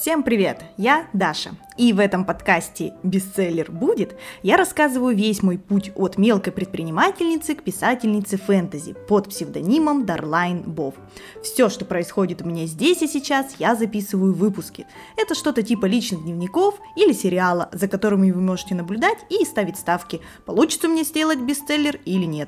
Всем привет, я Даша, и в этом подкасте «Бестселлер будет» я рассказываю весь мой путь от мелкой предпринимательницы к писательнице фэнтези под псевдонимом Дарлайн Бов. Все, что происходит у меня здесь и сейчас, я записываю в выпуске. Это что-то типа личных дневников или сериала, за которыми вы можете наблюдать и ставить ставки, получится мне сделать бестселлер или нет.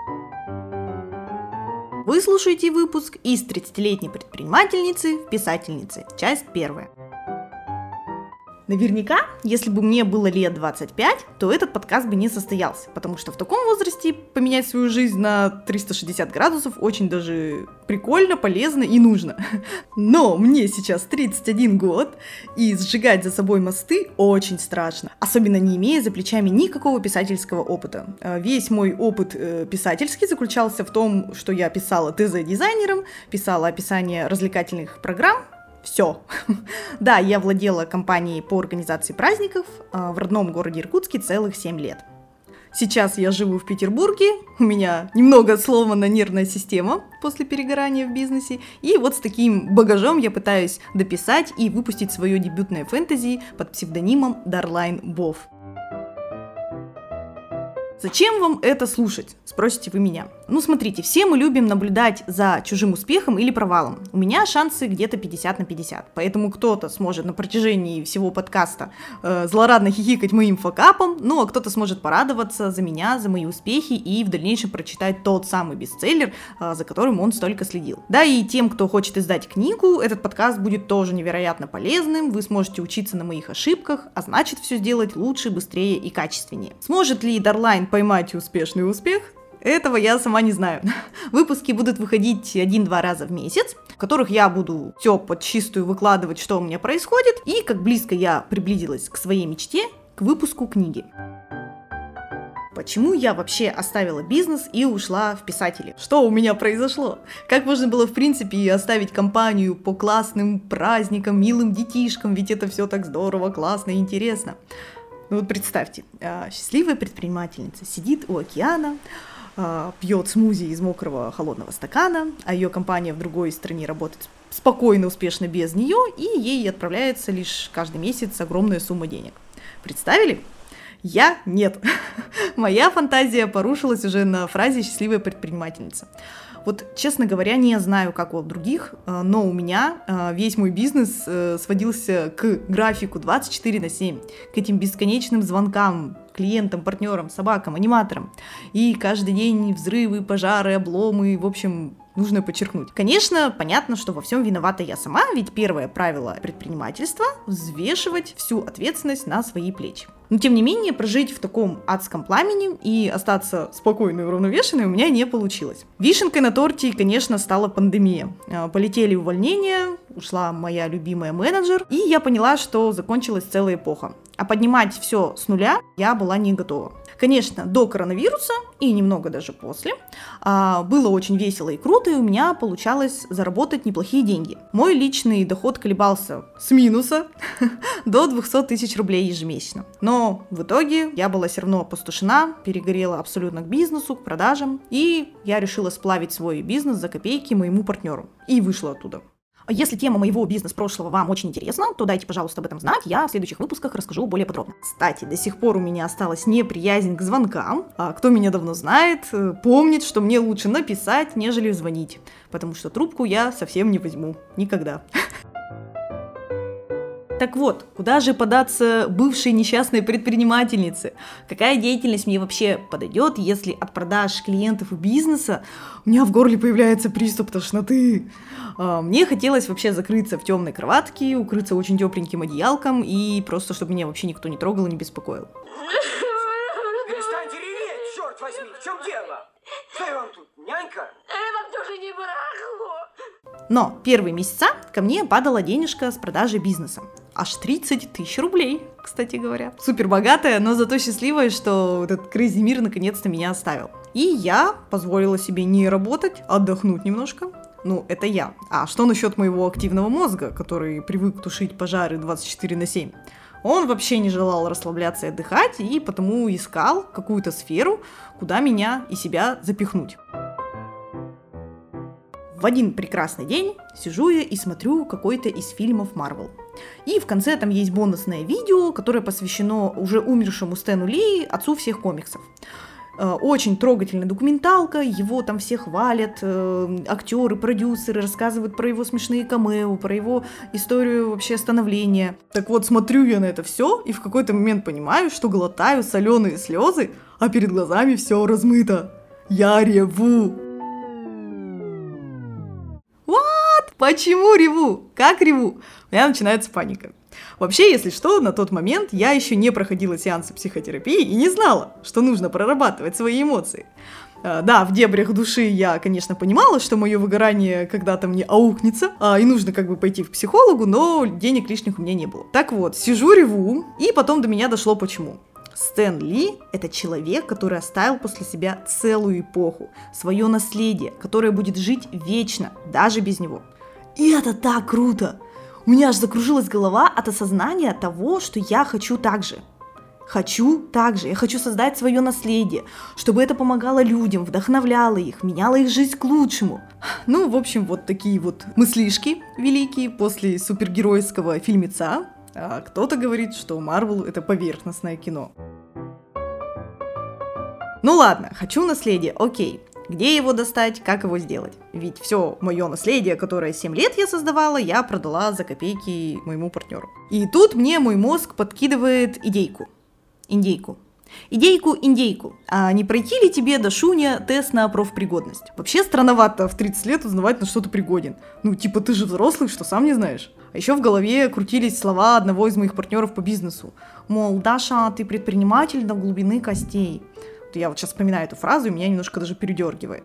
Вы слушаете выпуск из 30-летней предпринимательницы в писательнице, часть 1. Наверняка, если бы мне было лет 25, то этот подкаст бы не состоялся, потому что в таком возрасте поменять свою жизнь на 360 градусов очень даже прикольно, полезно и нужно. Но мне сейчас 31 год, и сжигать за собой мосты очень страшно, особенно не имея за плечами никакого писательского опыта. Весь мой опыт писательский заключался в том, что я писала ТЗ-дизайнером, писала описание развлекательных программ. Все. Да, я владела компанией по организации праздников в родном городе Иркутске целых 7 лет. Сейчас я живу в Петербурге, у меня немного сломана нервная система после перегорания в бизнесе, и вот с таким багажом я пытаюсь дописать и выпустить свое дебютное фэнтези под псевдонимом Дарлайн Бов. Зачем вам это слушать? Спросите вы меня. Ну, смотрите, все мы любим наблюдать за чужим успехом или провалом. У меня шансы где-то 50 на 50, поэтому кто-то сможет на протяжении всего подкаста злорадно хихикать моим факапом, ну, а кто-то сможет порадоваться за меня, за мои успехи и в дальнейшем прочитать тот самый бестселлер, за которым он столько следил. Да, и тем, кто хочет издать книгу, этот подкаст будет тоже невероятно полезным, вы сможете учиться на моих ошибках, а значит все сделать лучше, быстрее и качественнее. Сможет ли Дарлайн поймать успешный успех? Этого я сама не знаю. Выпуски будут выходить 1-2 раза в месяц, в которых я буду все под чистую выкладывать, что у меня происходит, и как близко я приблизилась к своей мечте, к выпуску книги. Почему я вообще оставила бизнес и ушла в писатели? Что у меня произошло? Как можно было, в принципе, оставить компанию по классным праздникам, милым детишкам, ведь это все так здорово, классно и интересно. Ну вот представьте, счастливая предпринимательница сидит у океана, пьет смузи из мокрого холодного стакана, а ее компания в другой стране работает спокойно, успешно без нее, и ей отправляется лишь каждый месяц огромная сумма денег. Представили? Я нет. Моя фантазия порушилась уже на фразе «счастливая предпринимательница». Вот, честно говоря, не знаю, как у других, но у меня весь мой бизнес сводился к графику 24/7, к этим бесконечным звонкам клиентам, партнерам, собакам, аниматорам. И каждый день взрывы, пожары, обломы, в общем, нужно подчеркнуть. Конечно, понятно, что во всем виновата я сама, ведь первое правило предпринимательства – взвешивать всю ответственность на свои плечи. Но, тем не менее, прожить в таком адском пламени и остаться спокойной и уравновешенной у меня не получилось. Вишенкой на торте, конечно, стала пандемия. Полетели увольнения, ушла моя любимая менеджер, и я поняла, что закончилась целая эпоха. А поднимать все с нуля я была не готова. Конечно, до коронавируса и немного даже после было очень весело и круто, и у меня получалось заработать неплохие деньги. Мой личный доход колебался с минуса до 200 тысяч рублей ежемесячно. Но в итоге я была все равно опустошена, перегорела абсолютно к бизнесу, к продажам, и я решила сплавить свой бизнес за копейки моему партнеру. И вышла оттуда. Если тема моего бизнес-прошлого вам очень интересна, то дайте, пожалуйста, об этом знать, я в следующих выпусках расскажу более подробно. Кстати, до сих пор у меня осталась неприязнь к звонкам. Кто меня давно знает, помнит, что мне лучше написать, нежели звонить, потому что трубку я совсем не возьму. Никогда. Так вот, куда же податься бывшей несчастной предпринимательнице? Какая деятельность мне вообще подойдет, если от продаж клиентов и бизнеса у меня в горле появляется приступ тошноты? Мне хотелось вообще закрыться в темной кроватке, укрыться очень тепленьким одеялком и просто, чтобы меня вообще никто не трогал и не беспокоил. Перестаньте реветь, черт возьми, в чем дело? Что я вам тут, нянька? Вам тоже не барахло. Но первые месяца ко мне падала денежка с продажи бизнеса. Аж 30 тысяч рублей, кстати говоря. Супер богатая, но зато счастливая, что этот crazy мир наконец-то меня оставил. И я позволила себе не работать, отдохнуть немножко. Ну, это я. А что насчет моего активного мозга, который привык тушить пожары 24/7? Он вообще не желал расслабляться и отдыхать, и потому искал какую-то сферу, куда меня и себя запихнуть. В один прекрасный день сижу я и смотрю какой-то из фильмов Marvel. И в конце там есть бонусное видео, которое посвящено уже умершему Стэну Ли, отцу всех комиксов. Очень трогательная документалка, его там все хвалят, актеры, продюсеры рассказывают про его смешные камео, про его историю вообще становления. Так вот, смотрю я на это все и в какой-то момент понимаю, что глотаю соленые слезы, а перед глазами все размыто. Я реву. What? Почему реву? Как реву? У меня начинается паника. Вообще, если что, на тот момент я еще не проходила сеансы психотерапии и не знала, что нужно прорабатывать свои эмоции. Да, в дебрях души я, конечно, понимала, что мое выгорание когда-то мне аукнется, и нужно как бы пойти к психологу, но денег лишних у меня не было. Так вот, сижу, реву, и потом до меня дошло почему. Стэн Ли – это человек, который оставил после себя целую эпоху, свое наследие, которое будет жить вечно, даже без него. И это так круто! У меня аж закружилась голова от осознания того, что я хочу так же. Я хочу создать свое наследие, чтобы это помогало людям, вдохновляло их, меняло их жизнь к лучшему. Ну, в общем, вот такие вот мыслишки великие после супергеройского фильмеца. А кто-то говорит, что Марвел — это поверхностное кино. Ну ладно, хочу наследие, окей. Где его достать, как его сделать? Ведь все мое наследие, которое 7 лет я создавала, я продала за копейки моему партнеру. И тут мне мой мозг подкидывает идейку. Индейку. А не пройти ли тебе, Дашуня, тест на профпригодность? Вообще странновато в 30 лет узнавать, на что ты пригоден. Ну, типа, ты же взрослый, что сам не знаешь? А еще в голове крутились слова одного из моих партнеров по бизнесу. Мол, Даша, ты предприниматель до глубины костей. Я вот сейчас вспоминаю эту фразу, и меня немножко даже передергивает.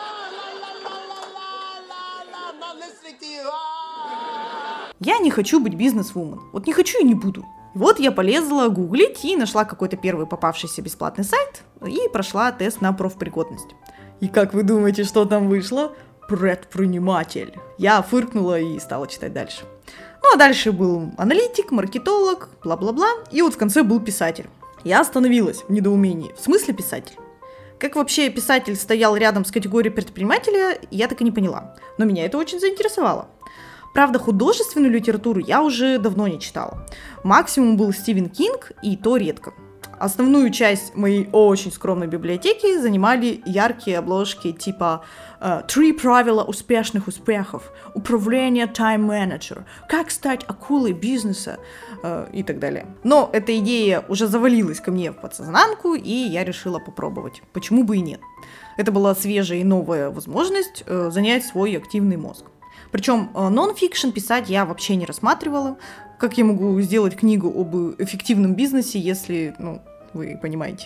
Я не хочу быть бизнес-вумен. Вот не хочу и не буду. Вот я полезла гуглить и нашла какой-то первый попавшийся бесплатный сайт и прошла тест на профпригодность. И как вы думаете, что там вышло? Предприниматель. Я фыркнула и стала читать дальше. Ну а дальше был аналитик, маркетолог, бла-бла-бла, и вот в конце был писатель. Я остановилась в недоумении. В смысле писатель? Как вообще писатель стоял рядом с категорией предпринимателя, я так и не поняла. Но меня это очень заинтересовало. Правда, художественную литературу я уже давно не читала. Максимум был Стивен Кинг, и то редко. Основную часть моей очень скромной библиотеки занимали яркие обложки типа «Три правила успешных успехов», «Управление тайм-менеджер», «Как стать акулой бизнеса» и так далее. Но эта идея уже завалилась ко мне в подсознанку, и я решила попробовать. Почему бы и нет? Это была свежая и новая возможность занять свой активный мозг. Причем нон-фикшн писать я вообще не рассматривала. Как я могу сделать книгу об эффективном бизнесе, если, вы понимаете.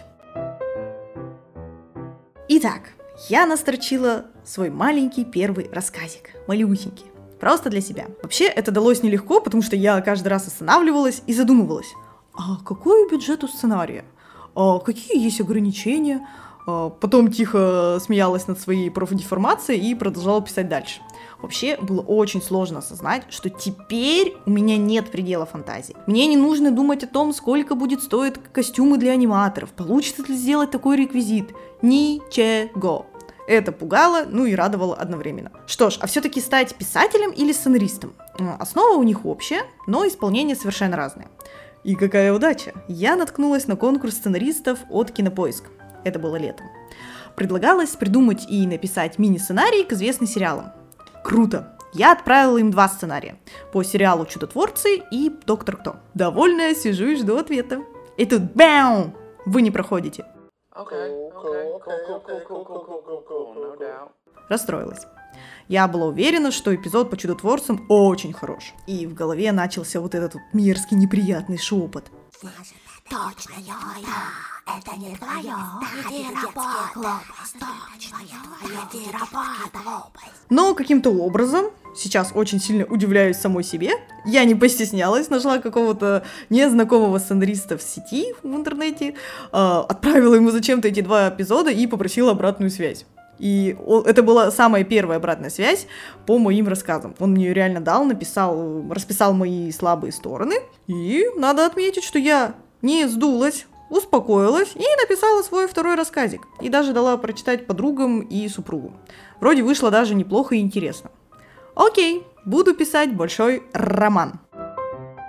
Итак, я настрочила свой маленький первый рассказик, малюсенький, просто для себя. Вообще, это далось нелегко, потому что я каждый раз останавливалась и задумывалась, а какой бюджет у сценария? А какие есть ограничения? Потом тихо смеялась над своей профдеформацией и продолжала писать дальше. Вообще, было очень сложно осознать, что теперь у меня нет предела фантазии. Мне не нужно думать о том, сколько будет стоить костюмы для аниматоров, получится ли сделать такой реквизит. Ничего. Это пугало, и радовало одновременно. Что ж, а все-таки стать писателем или сценаристом? Основа у них общая, но исполнение совершенно разное. И какая удача! Я наткнулась на конкурс сценаристов от Кинопоиск. Это было летом. Предлагалось придумать и написать мини-сценарий к известным сериалам. Круто! Я отправила им 2 сценария. По сериалу «Чудотворцы» и «Доктор Кто». Довольная, сижу и жду ответа. И тут бэм! Вы не проходите. Расстроилась. Я была уверена, что эпизод по «Чудотворцам» очень хорош. И в голове начался вот этот мерзкий неприятный шепот. Точно, это не твое, иди работай, точно, иди работай. Но каким-то образом, сейчас очень сильно удивляюсь самой себе, я не постеснялась, нашла какого-то незнакомого сценариста в сети, в интернете, отправила ему зачем-то эти 2 эпизода и попросила обратную связь. И это была самая первая обратная связь по моим рассказам. Он мне ее реально дал, расписал мои слабые стороны. И надо отметить, что я не сдулась, успокоилась и написала свой 2-й рассказик. И даже дала прочитать подругам и супругу. Вроде вышло даже неплохо и интересно. Окей, буду писать большой роман.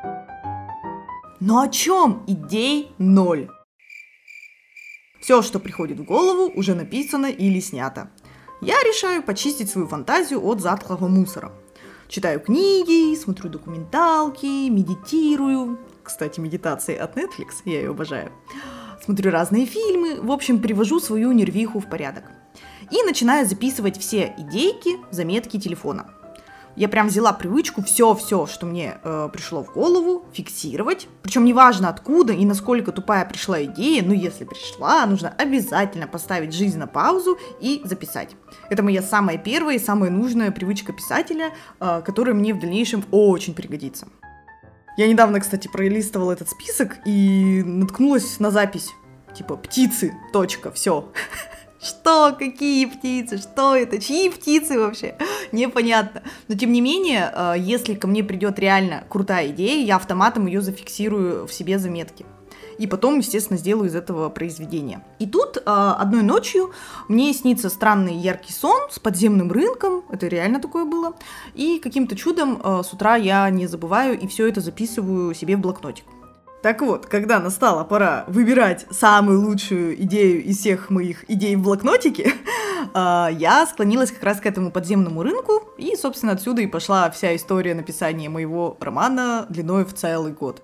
Но о чем? Идей ноль. Все, что приходит в голову, уже написано или снято. Я решаю почистить свою фантазию от затхлого мусора. Читаю книги, смотрю документалки, медитирую. Кстати, медитации от Netflix, я ее обожаю. Смотрю разные фильмы, в общем, привожу свою нервиху в порядок. И начинаю записывать все идейки в заметки телефона. Я прям взяла привычку все, что мне пришло в голову, фиксировать. Причем неважно откуда и насколько тупая пришла идея, но если пришла, нужно обязательно поставить жизнь на паузу и записать. Это моя самая первая и самая нужная привычка писателя, которая мне в дальнейшем очень пригодится. Я недавно, кстати, пролистывала этот список и наткнулась на запись. Типа птицы, точка, все. Что? Какие птицы? Что это? Чьи птицы вообще? Непонятно. Но тем не менее, если ко мне придет реально крутая идея, я автоматом ее зафиксирую в себе заметки. И потом, естественно, сделаю из этого произведение. И тут одной ночью мне снится странный яркий сон с подземным рынком. Это реально такое было. И каким-то чудом с утра я не забываю и все это записываю себе в блокнотик. Так вот, когда настала пора выбирать самую лучшую идею из всех моих идей в блокнотике, я склонилась как раз к этому подземному рынку, и, собственно, отсюда и пошла вся история написания моего романа длиной в целый год.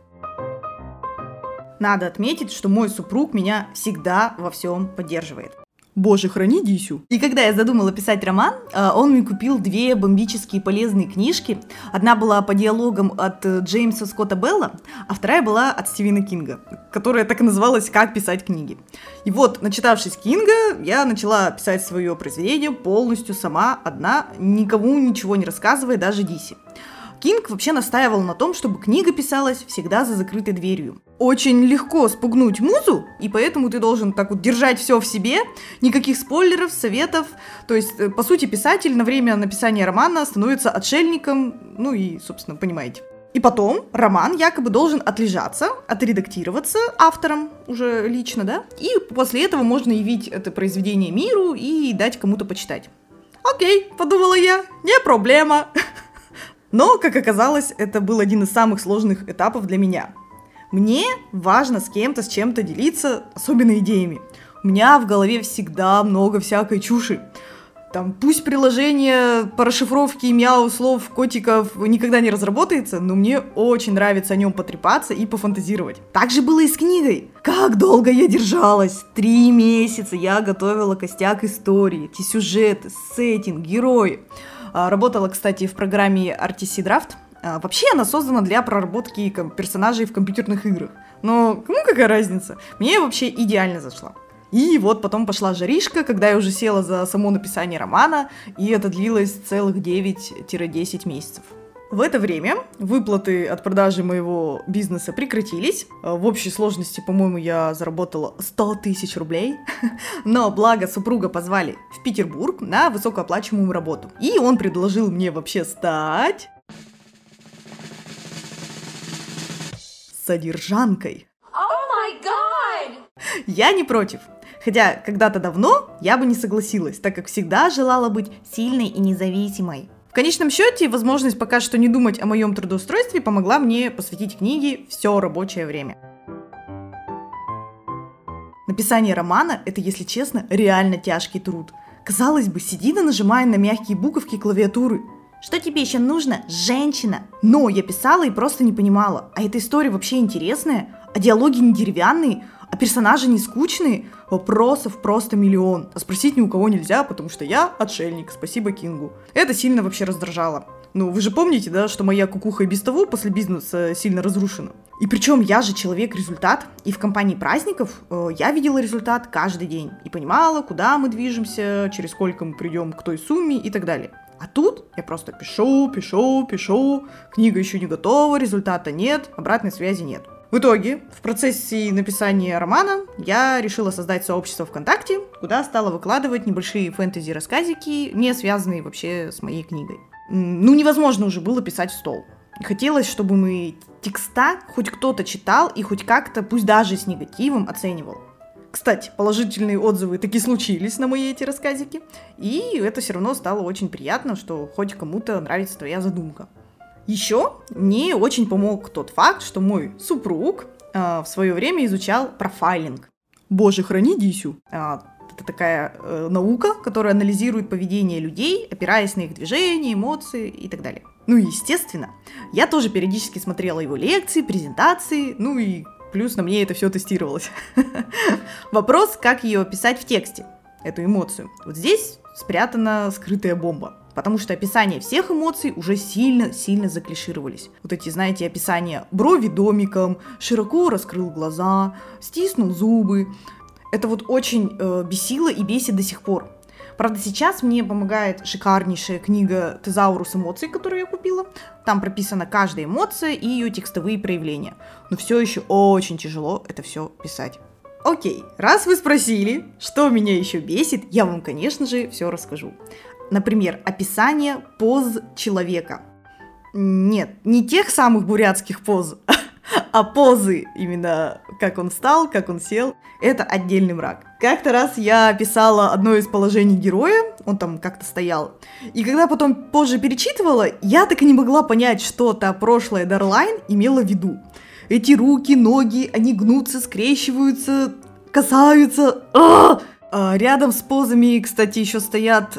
Надо отметить, что мой супруг меня всегда во всем поддерживает. Боже, храни Дисю. И когда я задумала писать роман, он мне купил 2 бомбические полезные книжки. Одна была по диалогам от Джеймса Скотта Белла, а вторая была от Стивена Кинга, которая так и называлась «Как писать книги». И вот, начитавшись Кинга, я начала писать свое произведение полностью сама, одна, никому ничего не рассказывая, даже Дисе. Кинг вообще настаивал на том, чтобы книга писалась всегда за закрытой дверью. Очень легко спугнуть музу, и поэтому ты должен так вот держать все в себе, никаких спойлеров, советов. То есть, по сути, писатель на время написания романа становится отшельником, ну и, собственно, понимаете. И потом роман якобы должен отлежаться, отредактироваться автором уже лично, да? И после этого можно явить это произведение миру и дать кому-то почитать. Окей, подумала я, не проблема. Но, как оказалось, это был один из самых сложных этапов для меня. Мне важно с кем-то, с чем-то делиться, особенно идеями. У меня в голове всегда много всякой чуши. Там, пусть приложение по расшифровке мяу слов котиков никогда не разработается, но мне очень нравится о нем потрепаться и пофантазировать. Так же было и с книгой. Как долго я держалась? 3 месяца я готовила костяк истории, эти сюжеты, сеттинг, герои. Работала, кстати, в программе RTC Draft. Вообще она создана для проработки персонажей в компьютерных играх. Но кому какая разница? Мне вообще идеально зашла. И вот потом пошла жаришка, когда я уже села за само написание романа, и это длилось целых 9-10 месяцев. В это время выплаты от продажи моего бизнеса прекратились. В общей сложности, по-моему, я заработала 100 000 рублей. Но благо супруга позвали в Петербург на высокооплачиваемую работу. И он предложил мне вообще стать содержанкой. Я не против. Хотя когда-то давно я бы не согласилась, так как всегда желала быть сильной и независимой. В конечном счете, возможность пока что не думать о моем трудоустройстве помогла мне посвятить книге все рабочее время. Написание романа – это, если честно, реально тяжкий труд. Казалось бы, сиди да нажимай на мягкие буковки клавиатуры. Что тебе еще нужно, женщина? Но я писала и просто не понимала, а эта история вообще интересная, а диалоги не деревянные, а персонажи не скучные, вопросов просто миллион. А спросить ни у кого нельзя, потому что я отшельник, спасибо Кингу. Это сильно вообще раздражало. Ну, вы же помните, да, что моя кукуха и без того после бизнеса сильно разрушена. И причем я же человек-результат, и в компании праздников я видела результат каждый день. И понимала, куда мы движемся, через сколько мы придем к той сумме и так далее. А тут я просто пишу, книга еще не готова, результата нет, обратной связи нет. В итоге, в процессе написания романа я решила создать сообщество ВКонтакте, куда стала выкладывать небольшие фэнтези-рассказики, не связанные вообще с моей книгой. Ну, невозможно уже было писать в стол. Хотелось, чтобы мои текста хоть кто-то читал и хоть как-то, пусть даже с негативом, оценивал. Кстати, положительные отзывы таки случились на мои эти рассказики, и это все равно стало очень приятно, что хоть кому-то нравится твоя задумка. Еще мне очень помог тот факт, что мой супруг в свое время изучал профайлинг. Боже, храни Дисю. Это такая наука, которая анализирует поведение людей, опираясь на их движения, эмоции и так далее. Ну и естественно, я тоже периодически смотрела его лекции, презентации, ну и плюс на мне это все тестировалось. Вопрос, как ее описать в тексте, эту эмоцию. Вот здесь спрятана скрытая бомба. Потому что описания всех эмоций уже сильно заклишировались. Вот эти, знаете, описания: брови домиком, широко раскрыл глаза, стиснул зубы. Это вот очень бесило и бесит до сих пор. Правда, сейчас мне помогает шикарнейшая книга «Тезаурус эмоций», которую я купила. Там прописана каждая эмоция и ее текстовые проявления. Но все еще очень тяжело это все писать. Окей, раз вы спросили, что меня еще бесит, я вам, конечно же, все расскажу. Например, описание поз человека. Нет, не тех самых бурятских поз, а позы, именно как он встал, как он сел. Это отдельный мрак. Как-то раз я писала одно из положений героя, он там как-то стоял, и когда потом позже перечитывала, я так и не могла понять, что та прошлая Дарлайн имела в виду. Эти руки, ноги, они гнутся, скрещиваются, касаются. Рядом с позами, кстати, еще стоят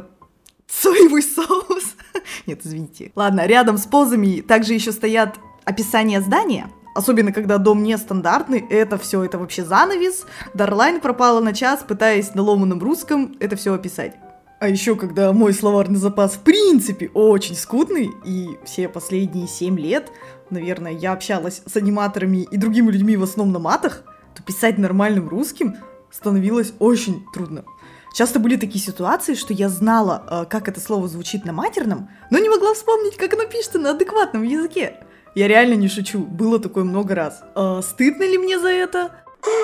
соевый соус. Нет, извините. Ладно, рядом с позами также еще стоят описания здания. Особенно, когда дом нестандартный, это все, это вообще занавес. Дарлайн пропала на час, пытаясь на ломаном русском это все описать. А еще, когда мой словарный запас в принципе очень скудный, и все последние 7 лет, наверное, я общалась с аниматорами и другими людьми в основном на матах, то писать нормальным русским становилось очень трудно. Часто были такие ситуации, что я знала, как это слово звучит на матерном, но не могла вспомнить, как оно пишется на адекватном языке. Я реально не шучу, было такое много раз. Стыдно ли мне за это?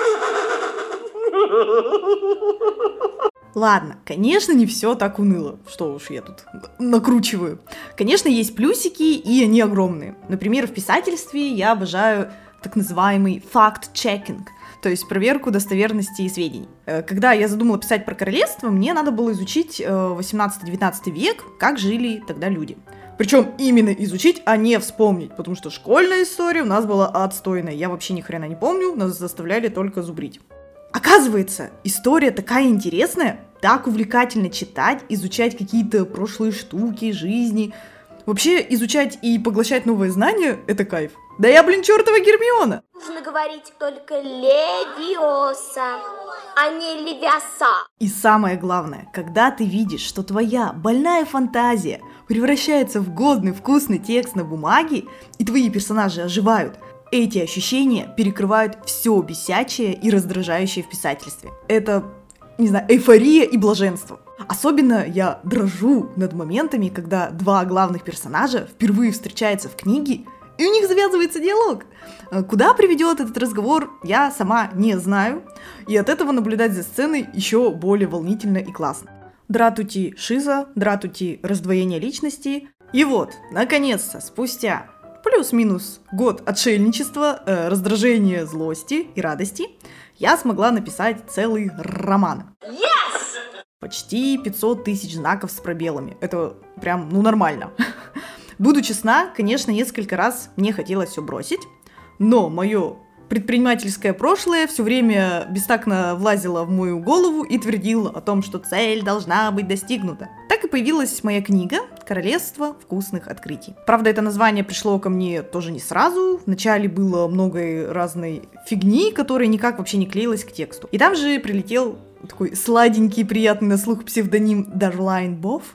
Ладно, конечно, не все так уныло. Что уж я тут накручиваю. Конечно, есть плюсики, и они огромные. Например, в писательстве я обожаю так называемый fact-checking, то есть проверку достоверности сведений. Когда я задумала писать про королевство, мне надо было изучить 18-19 век, как жили тогда люди. Причем именно изучить, а не вспомнить, потому что школьная история у нас была отстойная. Я вообще ни хрена не помню, нас заставляли только зубрить. Оказывается, история такая интересная, так увлекательно читать, изучать какие-то прошлые штуки, жизни. Вообще, изучать и поглощать новые знания – это кайф. Да я, чертова Гермиона! Нужно говорить только левиоса, а не левиаса. И самое главное, когда ты видишь, что твоя больная фантазия превращается в годный, вкусный текст на бумаге, и твои персонажи оживают, эти ощущения перекрывают все бесячее и раздражающее в писательстве. Это, не знаю, эйфория и блаженство. Особенно я дрожу над моментами, когда два главных персонажа впервые встречаются в книге, и у них завязывается диалог. Куда приведет этот разговор, я сама не знаю, и от этого наблюдать за сценой еще более волнительно и классно. Дратути шиза, дратути раздвоение личности. И вот, наконец-то, спустя плюс-минус год отшельничества, раздражения, злости и радости, я смогла написать целый роман. Yes! Почти 500 тысяч знаков с пробелами. Это прям, нормально. Буду честна, конечно, несколько раз мне хотелось все бросить, но мое предпринимательское прошлое все время бестактно влазило в мою голову и твердило о том, что цель должна быть достигнута. Так и появилась моя книга «Королевство вкусных открытий». Правда, это название пришло ко мне тоже не сразу. Вначале было много разной фигни, которая никак вообще не клеилась к тексту. И там же прилетел такой сладенький, приятный на слух псевдоним Дарлайн Бофф.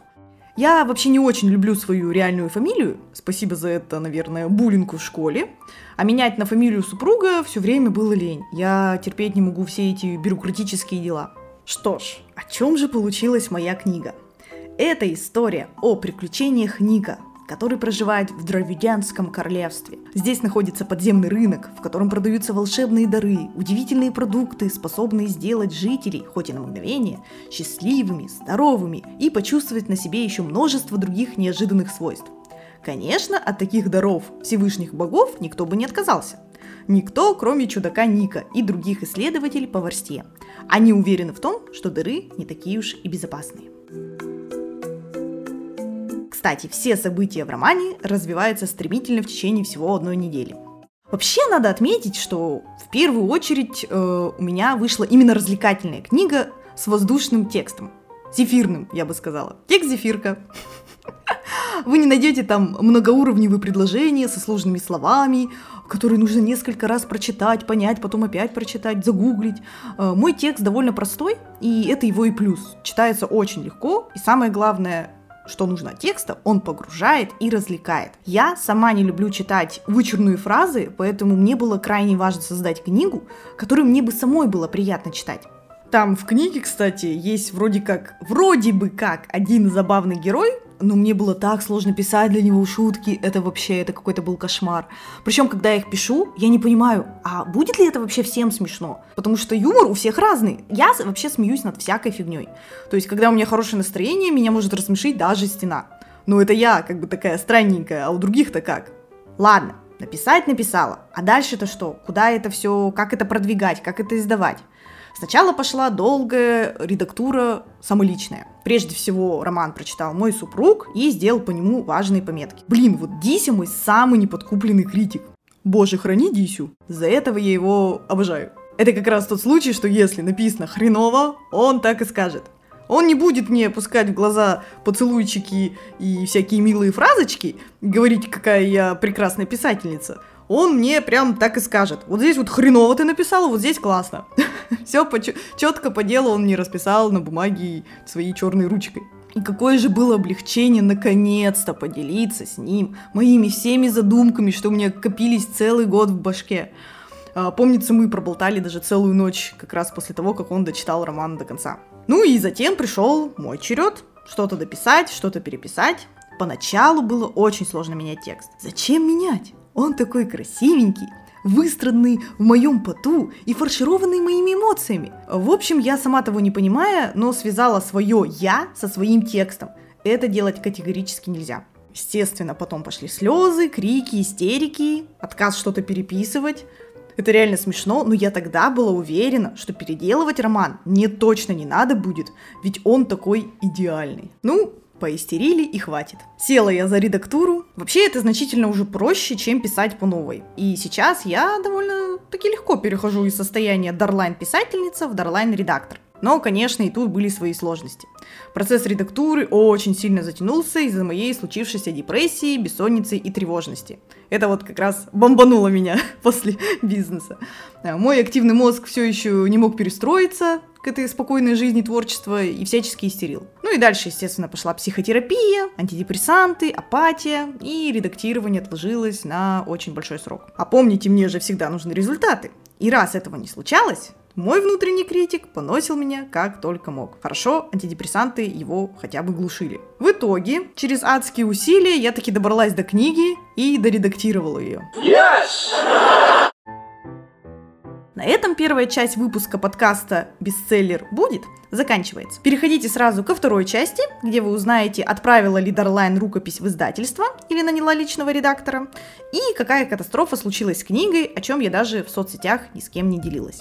Я вообще не очень люблю свою реальную фамилию, спасибо за это, наверное, буллинг в школе, а менять на фамилию супруга все время было лень, я терпеть не могу все эти бюрократические дела. Что ж, о чем же получилась моя книга? Это история о приключениях Ника, который проживает в Дравидянском королевстве. Здесь находится подземный рынок, в котором продаются волшебные дары, удивительные продукты, способные сделать жителей, хоть и на мгновение, счастливыми, здоровыми и почувствовать на себе еще множество других неожиданных свойств. Конечно, от таких даров Всевышних богов никто бы не отказался. Никто, кроме чудака Ника и других исследователей по ворсте. Они уверены в том, что дары не такие уж и безопасные. Кстати, все события в романе развиваются стремительно в течение всего одной недели. Вообще, надо отметить, что в первую очередь у меня вышла именно развлекательная книга с воздушным текстом. Зефирным, я бы сказала. Текст зефирка. Вы не найдете там многоуровневые предложения со сложными словами, которые нужно несколько раз прочитать, понять, потом опять прочитать, загуглить. Мой текст довольно простой, и это его и плюс. Читается очень легко, и самое главное, что нужно от текста, он погружает и развлекает. Я сама не люблю читать вычурные фразы, поэтому мне было крайне важно создать книгу, которую мне бы самой было приятно читать. Там в книге, кстати, есть вроде бы как один забавный герой, но мне было так сложно писать для него шутки, это какой-то был кошмар. Причем, когда я их пишу, я не понимаю, а будет ли это вообще всем смешно? Потому что юмор у всех разный. Я вообще смеюсь над всякой фигней. То есть, когда у меня хорошее настроение, меня может рассмешить даже стена. Но это я такая странненькая, а у других-то как? Ладно, написала. А дальше-то что? Куда это все, как это продвигать, как это издавать? Сначала пошла долгая редактура самоличная. Прежде всего, роман прочитал мой супруг и сделал по нему важные пометки. Дися мой самый неподкупленный критик. Боже, храни Дисю. За этого я его обожаю. Это как раз тот случай, что если написано хреново, он так и скажет. Он не будет мне пускать в глаза поцелуйчики и всякие милые фразочки, говорить, какая я прекрасная писательница. Он мне прям так и скажет. Вот здесь хреново ты написала, вот здесь классно. Все четко по делу он мне расписал на бумаге своей черной ручкой. И какое же было облегчение наконец-то поделиться с ним моими всеми задумками, что у меня копились целый год в башке. Помнится, мы проболтали даже целую ночь, как раз после того, как он дочитал роман до конца. И затем пришел мой черед. Что-то дописать, что-то переписать. Поначалу было очень сложно менять текст. Зачем менять? Он такой красивенький, выстраданный в моем поту и фаршированный моими эмоциями. В общем, я сама того не понимая, но связала свое «я» со своим текстом. Это делать категорически нельзя. Естественно, потом пошли слезы, крики, истерики, отказ что-то переписывать. Это реально смешно, но я тогда была уверена, что переделывать роман мне точно не надо будет, ведь он такой идеальный. Поистерили и хватит. Села я за редактуру. Вообще это значительно уже проще, чем писать по новой. И сейчас я довольно-таки легко перехожу из состояния Дарлайн-писательница в Дарлайн-редактор. Но, конечно, и тут были свои сложности. Процесс редактуры очень сильно затянулся из-за моей случившейся депрессии, бессонницы и тревожности. Это как раз бомбануло меня после бизнеса. Мой активный мозг все еще не мог перестроиться к этой спокойной жизни творчества и всячески истерил. И дальше, естественно, пошла психотерапия, антидепрессанты, апатия, и редактирование отложилось на очень большой срок. А помните, мне же всегда нужны результаты. И раз этого не случалось, мой внутренний критик поносил меня как только мог. Хорошо, антидепрессанты его хотя бы глушили. В итоге, через адские усилия, я таки добралась до книги и доредактировала ее. Yes! На этом первая часть выпуска подкаста «Бестселлер будет» заканчивается. Переходите сразу ко второй части, где вы узнаете, отправила ли Дарлайн рукопись в издательство или наняла личного редактора, и какая катастрофа случилась с книгой, о чем я даже в соцсетях ни с кем не делилась.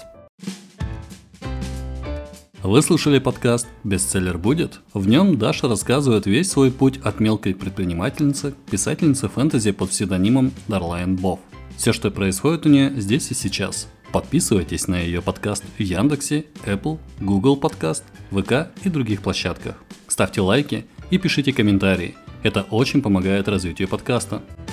Вы слушали подкаст «Бестселлер будет». В нем Даша рассказывает весь свой путь от мелкой предпринимательницы к писательнице фэнтези под псевдонимом Дарлайн Бов. Все, что происходит у нее здесь и сейчас. Подписывайтесь на ее подкаст в Яндексе, Apple, Google Podcast, ВК и других площадках. Ставьте лайки и пишите комментарии. Это очень помогает развитию подкаста.